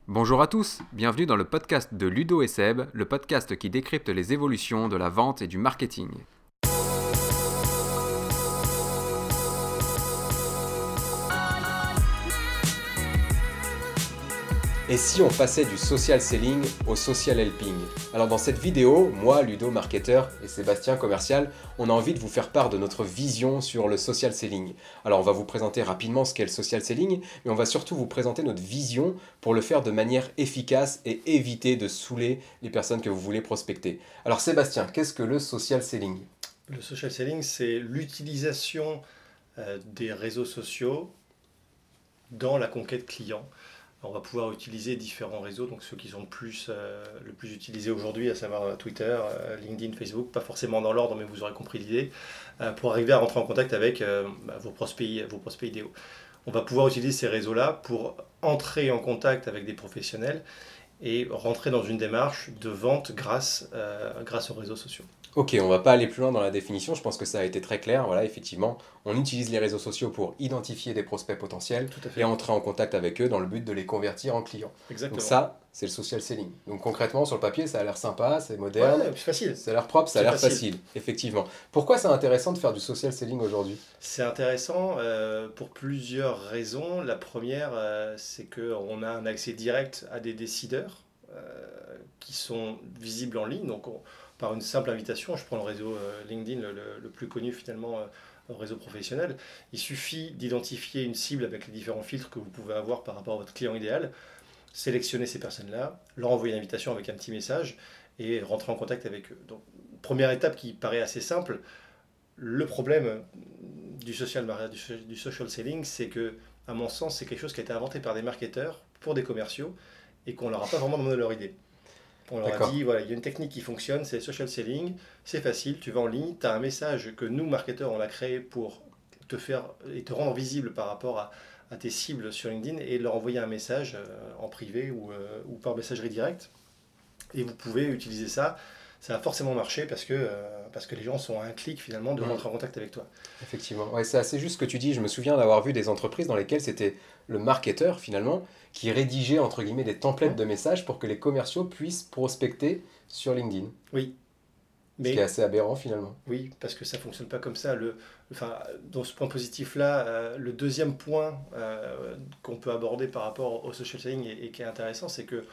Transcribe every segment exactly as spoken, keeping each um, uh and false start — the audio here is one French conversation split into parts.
Bonjour à tous, bienvenue dans le podcast de Ludo et Seb, le podcast qui décrypte les évolutions de la vente et du marketing. Et si on passait du social selling au social helping? Alors dans cette vidéo, moi, Ludo, marketeur, et Sébastien, commercial, on a envie de vous faire part de notre vision sur le social selling. Alors on va vous présenter rapidement ce qu'est le social selling, mais on va surtout vous présenter notre vision pour le faire de manière efficace et éviter de saouler les personnes que vous voulez prospecter. Alors Sébastien, qu'est-ce que le social selling? Le social selling, c'est l'utilisation euh, des réseaux sociaux dans la conquête client. On va pouvoir utiliser différents réseaux, donc ceux qui sont le plus, euh, le plus utilisés aujourd'hui, à savoir Twitter, euh, LinkedIn, Facebook, pas forcément dans l'ordre, mais vous aurez compris l'idée, euh, pour arriver à rentrer en contact avec euh, bah, vos, prospects, vos prospects idéaux. On va pouvoir utiliser ces réseaux-là pour entrer en contact avec des professionnels et rentrer dans une démarche de vente grâce, euh, grâce aux réseaux sociaux. Ok, on va pas aller plus loin dans la définition, je pense que ça a été très clair. Voilà, effectivement, on utilise les réseaux sociaux pour identifier des prospects potentiels Tout à et fait. entrer en contact avec eux dans le but de les convertir en clients. Donc Exactement. ça, c'est le social selling. Donc concrètement, sur le papier, ça a l'air sympa, c'est moderne, Ouais, c'est facile. ça a l'air propre, ça a C'est l'air facile. facile. effectivement. Pourquoi c'est intéressant de faire du social selling aujourd'hui? C'est intéressant euh, pour plusieurs raisons. La première, euh, c'est qu'on a un accès direct à des décideurs euh, qui sont visibles en ligne. Donc, on- par une simple invitation, je prends le réseau euh, LinkedIn, le, le- le plus connu finalement, euh, au réseau professionnel. Il suffit d'identifier une cible avec les différents filtres que vous pouvez avoir par rapport à votre client idéal, sélectionner ces personnes-là, leur envoyer une invitation avec un petit message et rentrer en contact avec eux. Donc, première étape qui paraît assez simple. Le problème du social, du, du social selling, c'est que, à mon sens, c'est quelque chose qui a été inventé par des marketeurs pour des commerciaux et qu'on leur a pas vraiment donné leur idée. On leur a D'accord. dit, voilà, il y a une technique qui fonctionne, c'est le social selling, c'est facile, tu vas en ligne, tu as un message que nous, marketeurs, on a créé pour te faire et te rendre visible par rapport à, à tes cibles sur LinkedIn et leur envoyer un message euh, en privé ou, euh, ou par messagerie directe. Et vous pouvez utiliser ça. Ça va forcément marcher parce que, euh, parce que les gens sont à un clic finalement de Mm. rentrer en contact avec toi. Effectivement, ouais, c'est assez juste ce que tu dis. Je me souviens d'avoir vu des entreprises dans lesquelles c'était le marketeur finalement qui rédigeait entre guillemets des templates Hum, de messages pour que les commerciaux puissent prospecter sur LinkedIn. Oui, Ce qui est mais assez aberrant finalement. oui, parce que ça fonctionne pas comme ça. Le, enfin, dans ce point positif-là, euh, le deuxième point euh, qu'on peut aborder par rapport au social selling et, et qui est intéressant, c'est que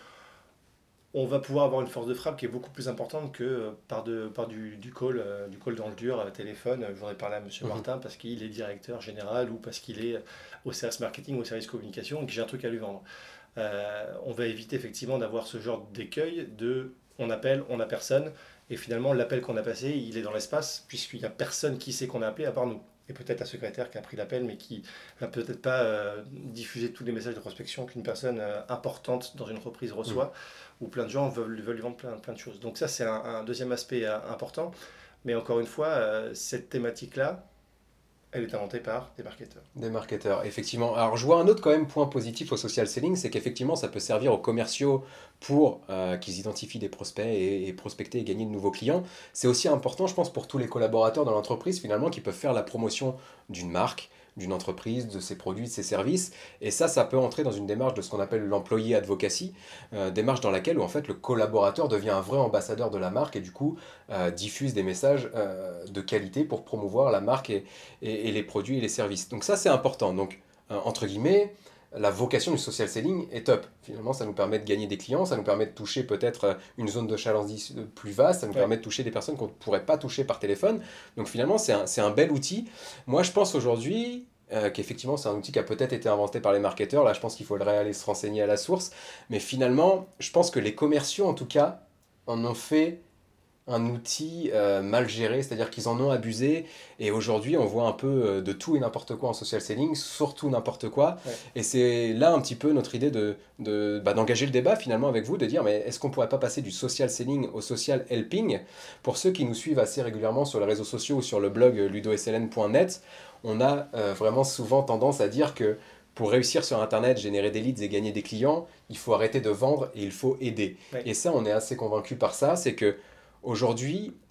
on va pouvoir avoir une force de frappe qui est beaucoup plus importante que euh, par, de, par du, du call, euh, du call dans le dur, euh, téléphone. Je voudrais parler à Monsieur Mhm. Martin parce qu'il est directeur général ou parce qu'il est au service marketing ou au service communication et que j'ai un truc à lui vendre. Euh, on va éviter effectivement d'avoir ce genre d'écueil de on appelle, on n'a personne, et finalement l'appel qu'on a passé, il est dans l'espace, puisqu'il n'y a personne qui sait qu'on a appelé à part nous. Et peut-être un secrétaire qui a pris l'appel, mais qui va peut-être pas euh, diffuser tous les messages de prospection qu'une personne euh, importante dans une entreprise Mhm. reçoit, où plein de gens veulent, veulent lui vendre plein, plein de choses. Donc ça, c'est un, un deuxième aspect euh, important. Mais encore une fois, euh, cette thématique-là, elle est inventée par des marketeurs. Des marketeurs, effectivement. Alors je vois un autre quand même point positif au social selling, c'est qu'effectivement ça peut servir aux commerciaux pour euh, qu'ils identifient des prospects et, et prospecter et gagner de nouveaux clients. C'est aussi important, je pense, pour tous les collaborateurs dans l'entreprise finalement qui peuvent faire la promotion d'une marque, d'une entreprise, de ses produits, de ses services. Et ça, ça peut entrer dans une démarche de ce qu'on appelle l'employé advocacy, euh, démarche dans laquelle où en fait le collaborateur devient un vrai ambassadeur de la marque et du coup euh, diffuse des messages euh, de qualité pour promouvoir la marque et, et, et les produits et les services. Donc ça, c'est important. Donc, euh, entre guillemets, la vocation du social selling est top. Finalement, ça nous permet de gagner des clients, ça nous permet de toucher peut-être euh, une zone de chalandise plus vaste, ça nous Ouais. permet de toucher des personnes qu'on ne pourrait pas toucher par téléphone. Donc finalement, c'est un, c'est un bel outil. Moi, je pense aujourd'hui euh, qu'effectivement, c'est un outil qui a peut-être été inventé par les marketeurs. Là, je pense qu'il faudrait aller se renseigner à la source. Mais finalement, je pense que les commerciaux, en tout cas, en ont fait un outil euh, mal géré, c'est-à-dire qu'ils en ont abusé, et aujourd'hui on voit un peu euh, de tout et n'importe quoi en social selling, surtout n'importe quoi, Ouais. et c'est là un petit peu notre idée de, de, bah, d'engager le débat finalement avec vous, de dire mais est-ce qu'on pourrait pas passer du social selling au social helping? Pour ceux qui nous suivent assez régulièrement sur les réseaux sociaux ou sur le blog ludo s l n point net, on a euh, vraiment souvent tendance à dire que pour réussir sur Internet, générer des leads et gagner des clients, il faut arrêter de vendre et il faut aider. Ouais. Et ça, on est assez convaincu par ça, c'est que aujourd'hui,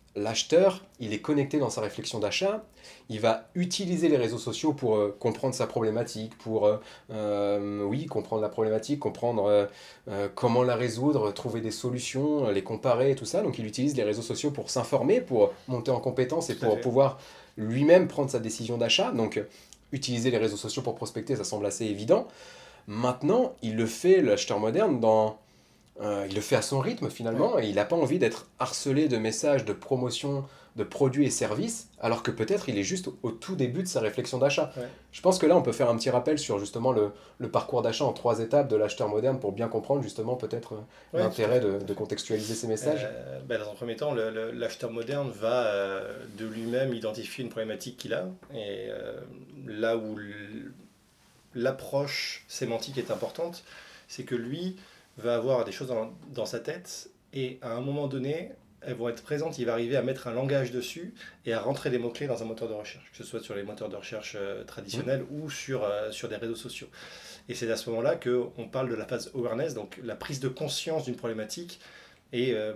l'acheteur, il est connecté dans sa réflexion d'achat, il va utiliser les réseaux sociaux pour euh, comprendre sa problématique, pour euh, euh, oui, comprendre la problématique, comprendre euh, euh, comment la résoudre, trouver des solutions, euh, les comparer, tout ça. Donc il utilise les réseaux sociaux pour s'informer, pour monter en compétences et Tout à pour fait. pouvoir lui-même prendre sa décision d'achat. Donc euh, utiliser les réseaux sociaux pour prospecter, ça semble assez évident. Maintenant, il le fait, l'acheteur moderne, dans euh, il le fait à son rythme Ouais. finalement et il n'a pas envie d'être harcelé de messages de promotion de produits et services alors que peut-être il est juste au tout début de sa réflexion d'achat. Ouais. Je pense que là on peut faire un petit rappel sur justement le, le parcours d'achat en trois étapes de l'acheteur moderne pour bien comprendre justement peut-être euh, Ouais, tout à l'intérêt fait, de, tout à de fait. contextualiser ces messages. Euh, bah, dans un premier temps, le- le- l'acheteur moderne va euh, de lui-même identifier une problématique qu'il a. Et euh, là où l- l'approche sémantique est importante, c'est que lui va avoir des choses dans, dans sa tête et à un moment donné, elles vont être présentes, il va arriver à mettre un langage dessus et à rentrer des mots-clés dans un moteur de recherche, que ce soit sur les moteurs de recherche euh, Hmm. traditionnels ou sur, euh, sur des réseaux sociaux. Et c'est à ce moment-là qu'on parle de la phase awareness, donc la prise de conscience d'une problématique et euh,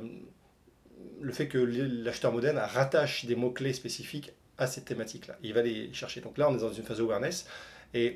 le fait que l'acheteur moderne rattache des mots-clés spécifiques à cette thématique-là. Il va les chercher. Donc là, on est dans une phase awareness et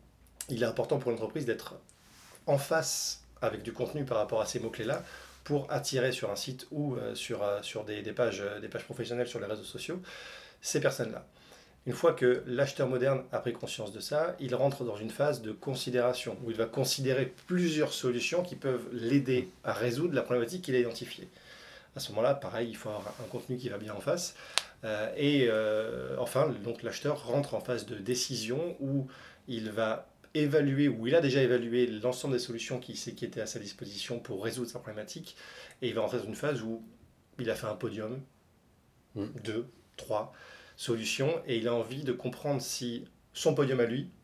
il est important pour l'entreprise d'être en face avec du contenu par rapport à ces mots-clés-là pour attirer sur un site ou euh, sur, euh, sur des, des pages, euh, des pages professionnelles sur les réseaux sociaux ces personnes-là. Une fois que l'acheteur moderne a pris conscience de ça, il rentre dans une phase de considération où il va considérer plusieurs solutions qui peuvent l'aider à résoudre la problématique qu'il a identifiée. À ce moment-là, pareil, il faut avoir un contenu qui va bien en face. Euh, et euh, enfin, donc l'acheteur rentre en phase de décision où il va évaluer, ou il a déjà évalué l'ensemble des solutions qui, qui étaient à sa disposition pour résoudre sa problématique. Et il va rentrer dans une phase où il a fait un podium, Hmm. deux, trois solutions, et il a envie de comprendre si son podium à lui,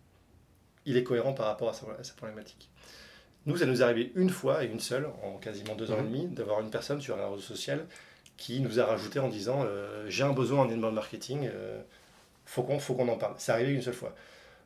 il est cohérent par rapport à sa, à sa problématique. Nous, ça nous est arrivé une fois et une seule, en quasiment deux ans et Mhm. demi, d'avoir une personne sur un réseau social qui nous a rajouté en disant euh, j'ai un besoin en inbound marketing, euh, faut qu'on faut qu'on en parle. C'est arrivé une seule fois.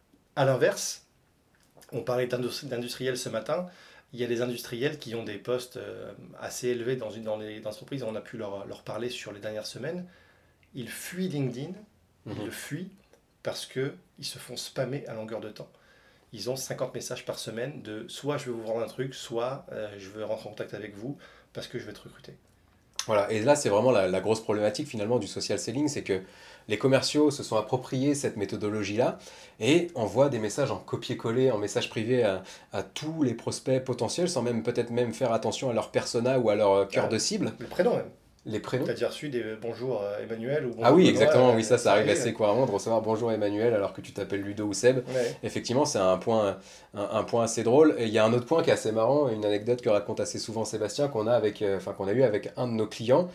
À l'inverse, on parlait d'industriels ce matin. Il y a des industriels qui ont des postes euh, assez élevés dans, une, dans les dans entreprises. On a pu leur, leur parler sur les dernières semaines. Ils fuient LinkedIn, ils le Mhm. fuient parce qu'ils se font spammer à longueur de temps. Ils ont cinquante messages par semaine de soit je vais vous vendre un truc, soit euh, je veux rentrer en contact avec vous parce que je vais te recruter. Voilà, et là c'est vraiment la, la grosse problématique finalement du social selling, c'est que les commerciaux se sont appropriés cette méthodologie-là et envoient des messages en copier-coller, en message privé à, à tous les prospects potentiels sans même peut-être même faire attention à leur persona ou à leur euh, cœur Ah, de cible, le prénom même. les prénoms. Tu as déjà reçu des euh, bonjour euh, Emmanuel ou Ah bonjour oui, Benoît, exactement, oui, euh, ça, ça ça arrive arrive. assez couramment de recevoir bonjour Emmanuel alors que tu t'appelles Ludo ou Seb. Ouais. Effectivement, c'est un point, un, un point assez drôle. Et il y a un autre point qui est assez marrant, une anecdote que raconte assez souvent Sébastien, qu'on a avec, euh, enfin, qu'on a eu avec un de nos clients,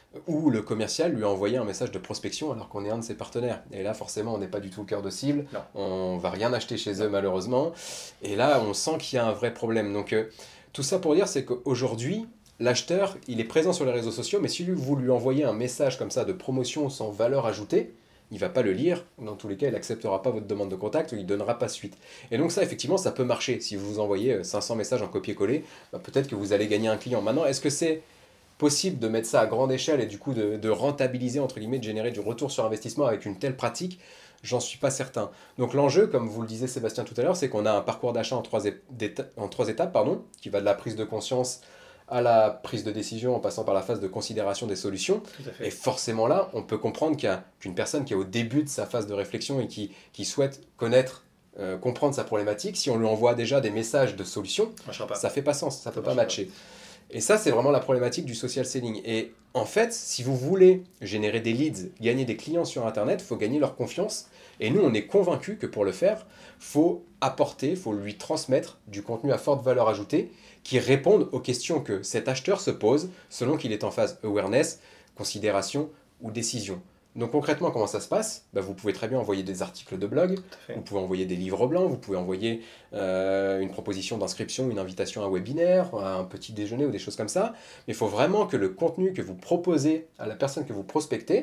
où le commercial lui a envoyé un message de prospection alors qu'on est un de ses partenaires. Et là, forcément, on n'est pas du tout au cœur de cible, Non, on va rien acheter chez eux non. malheureusement. Et là, on sent qu'il y a un vrai problème. Donc, euh, tout ça pour dire, c'est qu'aujourd'hui, l'acheteur, il est présent sur les réseaux sociaux, mais si vous lui envoyez un message comme ça de promotion sans valeur ajoutée, il va pas le lire, dans tous les cas, il acceptera pas votre demande de contact ou il donnera pas suite. Et donc ça, effectivement, ça peut marcher. Si vous envoyez euh, cinq cents messages en copier-coller, bah, peut-être que vous allez gagner un client. Maintenant, est-ce que c'est possible de mettre ça à grande échelle et du coup de, de rentabiliser, entre guillemets, de générer du retour sur investissement avec une telle pratique? J'en suis pas certain. Donc l'enjeu, comme vous le disiez Sébastien tout à l'heure, c'est qu'on a un parcours d'achat en trois, éta- en trois étapes, pardon, qui va de la prise de conscience à la prise de décision en passant par la phase de considération des solutions. Tout à Et fait. forcément là, on peut comprendre qu'il y a qu'une personne qui est au début de sa phase de réflexion et qui, qui souhaite connaître, euh, comprendre sa problématique, si on lui envoie déjà des messages de solutions, Ça marchera pas. ça fait pas sens, ça Ça peut pas marchera pas. matcher. Et ça, c'est vraiment la problématique du social selling. Et en fait, si vous voulez générer des leads, gagner des clients sur Internet, il faut gagner leur confiance. Et nous, on est convaincus que pour le faire, faut apporter, faut lui transmettre du contenu à forte valeur ajoutée qui réponde aux questions que cet acheteur se pose selon qu'il est en phase awareness, considération ou décision. Donc concrètement, comment ça se passe? Bah, vous pouvez très bien envoyer des articles de blog, Tout à vous fait. pouvez envoyer des livres blancs, vous pouvez envoyer euh, une proposition d'inscription, une invitation à un webinaire, à un petit déjeuner ou des choses comme ça. Mais il faut vraiment que le contenu que vous proposez à la personne que vous prospectez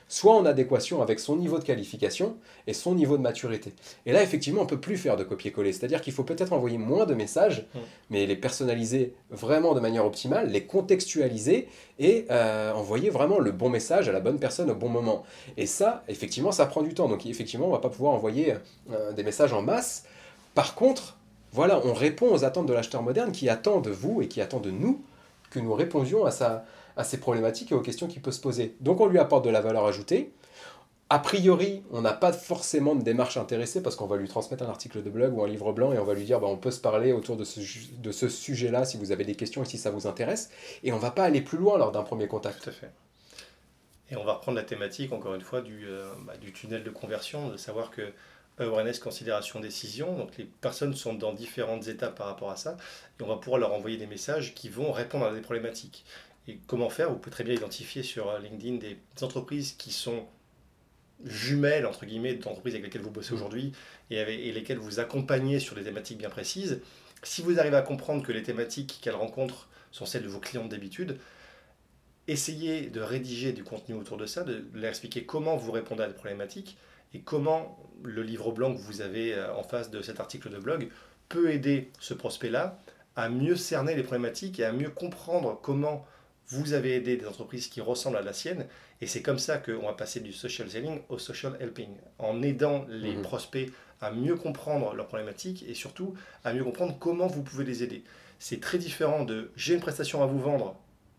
soit en adéquation avec son niveau de qualification et son niveau de maturité. Et là, effectivement, on ne peut plus faire de copier-coller. C'est-à-dire qu'il faut peut-être envoyer moins de messages, Mm. mais les personnaliser vraiment de manière optimale, les contextualiser et euh, envoyer vraiment le bon message à la bonne personne au bon moment. Et ça, effectivement, ça prend du temps. Donc, effectivement, on ne va pas pouvoir envoyer euh, des messages en masse. Par contre, voilà, on répond aux attentes de l'acheteur moderne qui attend de vous et qui attend de nous que nous répondions à, sa, à ces problématiques et aux questions qu'il peut se poser. Donc on lui apporte de la valeur ajoutée. A priori, on n'a pas forcément de démarche intéressée parce qu'on va lui transmettre un article de blog ou un livre blanc et on va lui dire bah, on peut se parler autour de ce, de ce sujet-là si vous avez des questions et si ça vous intéresse. Et on ne va pas aller plus loin lors d'un premier contact. Tout à fait. Et on va reprendre la thématique, encore une fois, du, euh, bah, du tunnel de conversion, de savoir que awareness, considération, décision, donc les personnes sont dans différentes étapes par rapport à ça, et on va pouvoir leur envoyer des messages qui vont répondre à des problématiques. Et comment faire? Vous pouvez très bien identifier sur LinkedIn des entreprises qui sont jumelles, entre guillemets, d'entreprises avec lesquelles vous bossez aujourd'hui et, avec, et lesquelles vous accompagnez sur des thématiques bien précises. Si vous arrivez à comprendre que les thématiques qu'elles rencontrent sont celles de vos clients d'habitude, essayez de rédiger du contenu autour de ça, de leur expliquer comment vous répondez à des problématiques et comment le livre blanc que vous avez en face de cet article de blog peut aider ce prospect-là à mieux cerner les problématiques et à mieux comprendre comment vous avez aidé des entreprises qui ressemblent à la sienne. Et c'est comme ça qu'on va passer du social selling au social helping, en aidant les mmh. prospects à mieux comprendre leurs problématiques et surtout à mieux comprendre comment vous pouvez les aider. C'est très différent de « j'ai une prestation à vous vendre ».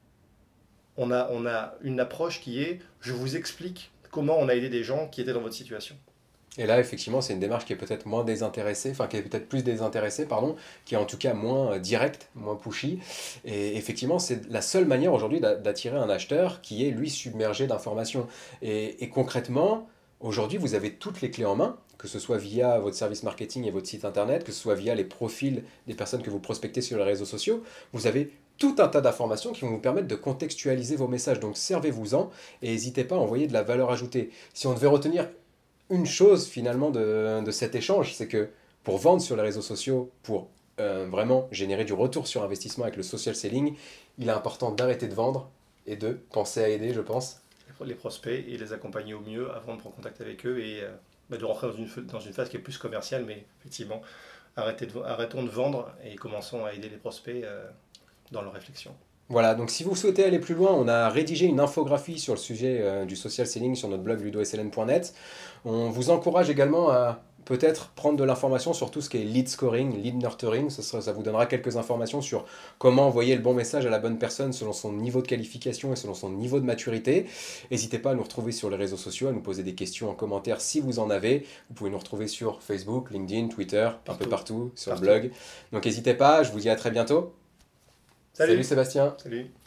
On a, on a une approche qui est « je vous explique comment on a aidé des gens qui étaient dans votre situation ». Et là, effectivement, c'est une démarche qui est peut-être moins désintéressée, enfin qui est peut-être plus désintéressée, pardon, qui est en tout cas moins directe, moins pushy. Et effectivement, c'est la seule manière aujourd'hui d'attirer un acheteur qui est, lui, submergé d'informations. Et, et concrètement, aujourd'hui, vous avez toutes les clés en main, que ce soit via votre service marketing et votre site internet, que ce soit via les profils des personnes que vous prospectez sur les réseaux sociaux. Vous avez tout un tas d'informations qui vont vous permettre de contextualiser vos messages. Donc servez-vous-en et n'hésitez pas à envoyer de la valeur ajoutée. Si on devait retenir une chose finalement de, de cet échange, c'est que pour vendre sur les réseaux sociaux, pour euh, vraiment générer du retour sur investissement avec le social selling, il est important d'arrêter de vendre et de penser à aider, je pense. Les prospects et les accompagner au mieux avant de prendre contact avec eux et euh, bah, de rentrer dans une, dans une phase qui est plus commerciale, mais effectivement, arrêtez de, arrêtons de vendre et commençons à aider les prospects euh, dans leur réflexion. Voilà, donc si vous souhaitez aller plus loin, on a rédigé une infographie sur le sujet euh, du social selling sur notre blog ludo s l n point net. On vous encourage également à peut-être prendre de l'information sur tout ce qui est lead scoring, lead nurturing. Ça, sera, ça vous donnera quelques informations sur comment envoyer le bon message à la bonne personne selon son niveau de qualification et selon son niveau de maturité. N'hésitez pas à nous retrouver sur les réseaux sociaux, à nous poser des questions en commentaire si vous en avez. Vous pouvez nous retrouver sur Facebook, LinkedIn, Twitter, partout. un peu partout, sur partout. le blog. Donc n'hésitez pas, je vous dis à très bientôt. Salut, Salut Sébastien. Salut.